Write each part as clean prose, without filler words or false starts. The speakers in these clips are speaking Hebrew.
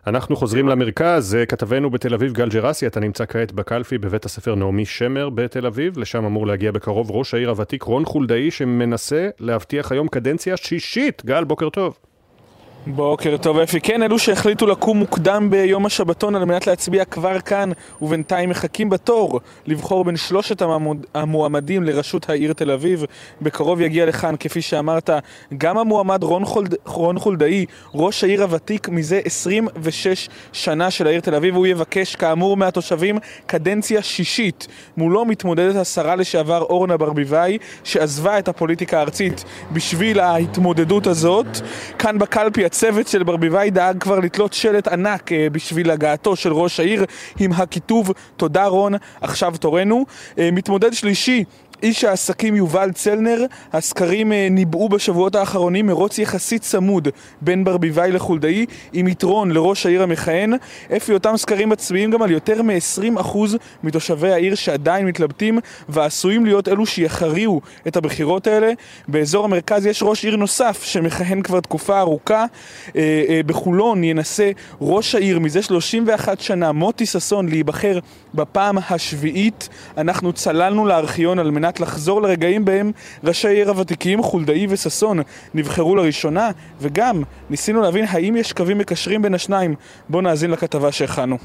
אנחנו חוזרים למרכז, כתבנו בתל אביב גל ג'רסי, אתה נמצא כעת בקלפי בבית הספר נעמי שמר בתל אביב, לשם אמור להגיע בקרוב ראש העיר הוותיק רון חולדאי שמנסה להבטיח היום קדנציה שישית. גל, בוקר טוב. בוקר טוב אפי. כן, אלו שהחליטו לקום מוקדם ביום השבתון על מנת להצביע כבר כאן ובינתיים מחכים בתור לבחור בין שלושת המועמדים לראשות העיר תל אביב. בקרוב יגיע לכאן, כפי שאמרת, גם המועמד רון חולדאי, ראש העיר הוותיק מזה 26 שנה של העיר תל אביב. הוא יבקש כאמור מהתושבים קדנציה שישית. מולו מתמודדת השרה לשעבר אורנה ברביבאי, שעזבה את הפוליטיקה הארצית בשביל ההתמודדות הזאת. כאן בקלפי הצוות של ברביבאי דאג כבר לתלות שלט ענק בשביל הגעתו של ראש העיר עם הכיתוב תודה רון, עכשיו תורנו. מתמודד שלישי, איש העסקים יובל צלנר. הסקרים ניבאו בשבועות האחרונים מרוץ יחסית צמוד בין ברביבאי לחולדאי עם יתרון לראש העיר המכהן. אפי, אותם סקרים מצביעים גם על יותר מ-20% מתושבי העיר שעדיין מתלבטים ועשויים להיות אלו שיחריעו את הבחירות האלה. באזור המרכז יש ראש עיר נוסף שמכהן כבר תקופה ארוכה. בחולון ינסה ראש העיר מזה 31 שנה מוטי ססון להיבחר בפעם השביעית. אנחנו צללנו לארכיון על מנת לחזור לרגעים בהם ראשי העיר הוותיקים חולדאי וססון נבחרו לראשונה, וגם ניסינו להבין האם יש קווים מקשרים בין השניים. בוא נאזין לכתבה שהכנו.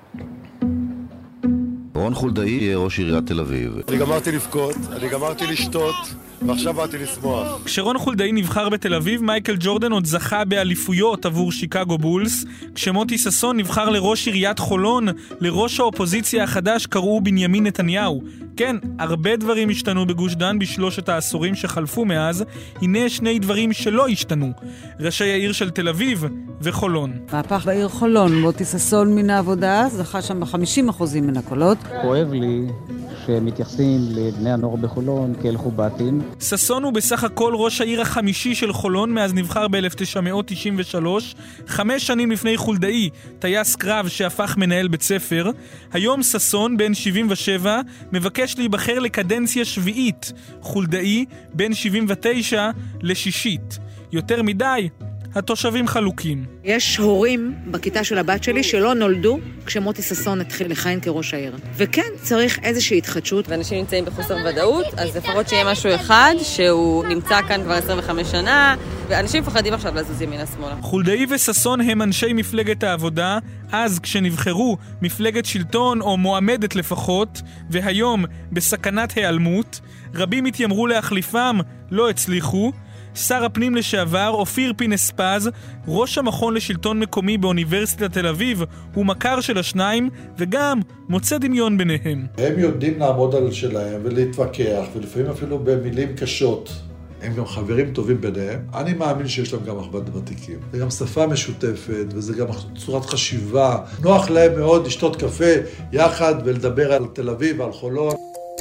רון חולדאי יהיה ראש עיריית תל אביב. אני גמרתי לבכות, אני גמרתי לשתות, ועכשיו באתי לשמוח. כשרון חולדאי נבחר בתל אביב, מייקל ג'ורדן עוד זכה באליפויות עבור שיקגו בולס. כשמוטי ססון נבחר לראש עיריית חולון, לראש האופוזיציה החדש קראו בנימין נתניהו. כן, הרבה דברים השתנו בגוש דן בשלושת העשורים שחלפו מאז. הנה שני דברים שלא השתנו: ראשי העיר של תל אביב וחולון. מהפך בעיר חולון, מוטי ססון מן העבודה זכה שם ב-50% מן הקולות. כואב לי שמתייחסים לבני הנוער בחולון כאל חובטים. ססון הוא בסך הכל ראש העיר החמישי של חולון מאז נבחר ב-1993, 5 שנים לפני חולדאי, טייס קרב שהפך מנהל בית ספר. היום ססון, בן 77, מבקש להיבחר לקדנציה שביעית. חולדאי, בן 79 לשישית. יותר מדי, התושבים חלוקים. יש הורים בכיתה של הבת שלי שלא נולדו כשמוטי ססון התחיל לכהן כראש העיר. וכן, צריך איזושהי התחדשות. ואנשים נמצאים בחוסר ודאות, אז לפחות שיהיה משהו אחד שהוא נמצא כאן כבר 25 שנה, ואנשים מפחדים עכשיו לזוז ימינה שמאלה. חולדאי וססון הם אנשי מפלגת העבודה, אז כשנבחרו מפלגת שלטון או מועמדת לפחות, והיום בסכנת היעלמות. רבים התיימרו להחליפם, לא הצליחו. שר הפנים לשעבר אופיר פינס פז, ראש המכון לשלטון מקומי באוניברסיטת תל אביב, הוא מכר של השניים וגם מוצא דמיון ביניהם. הם יודעים לעמוד על שלהם ולהתווכח, ולפעמים אפילו במילים קשות. הם גם חברים טובים ביניהם. אני מאמין שיש להם גם אחוות ותיקים. זה גם שפה משותפת, וזה גם צורת חשיבה. נוח להם מאוד לשתות קפה יחד ולדבר על תל אביב ועל חולון.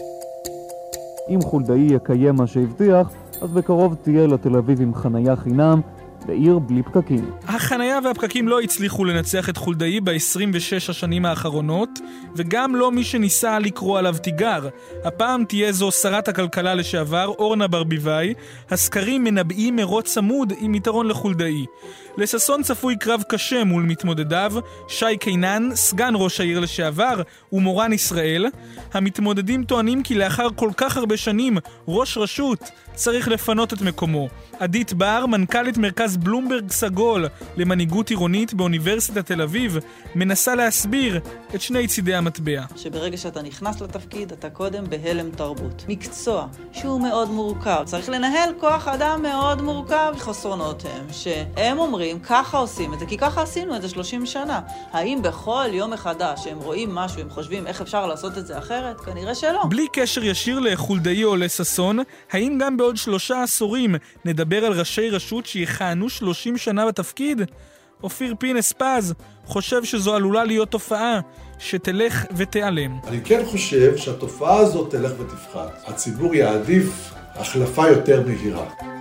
אם חולדאי יקיים מה שהבטיח, אז בקרוב תהיה לתל אביב עם חנייה חינם, בעיר בלי פקקים. החנייה והפקקים לא הצליחו לנצח את חולדאי ב-26 השנים האחרונות, וגם לא מי שניסה לקרוא עליו תיגר. הפעם תהיה זו שרת הכלכלה לשעבר, אורנה ברביבאי. הסקרים מנבאים מרוץ צמוד עם יתרון לחולדאי. לססון צפוי קרב קשה מול מתמודדיו, שי קינן, סגן ראש העיר לשעבר, ומורן ישראל. המתמודדים טוענים כי לאחר כל כך הרבה שנים, ראש רשות צריך לפנות את מקומו. עדית בר, מנכ"לית מרכז בלומברג סגול למנהיגות עירונית באוניברסיטת תל אביב, מנסה להסביר את שני צידי המטבע. שברגע שאתה נכנס לתפקיד, אתה קודם בהלם תרבות. מקצוע שהוא מאוד מורכב. צריך לנהל כוח אדם מאוד מורכב. חסרונות הם שהם אומרים, ככה עושים את זה, כי ככה עשינו את זה 30 שנה. האם בכל יום מחדש שהם רואים משהו, הם חושבים איך אפשר לעשות את זה אחרת? כנראה שלא. בלי קשר ישיר לחולדאי או לססון, האם גם בעוד 3 עשורים נדבר על ראשי רשות שיכהנו 30 שנה בתפקיד? אופיר פינס פז חושב שזו עלולה להיות תופעה שתלך ותיעלם. אני כן חושב שהתופעה הזאת תלך ותפחת. הציבור יעדיף החלפה יותר מהירה.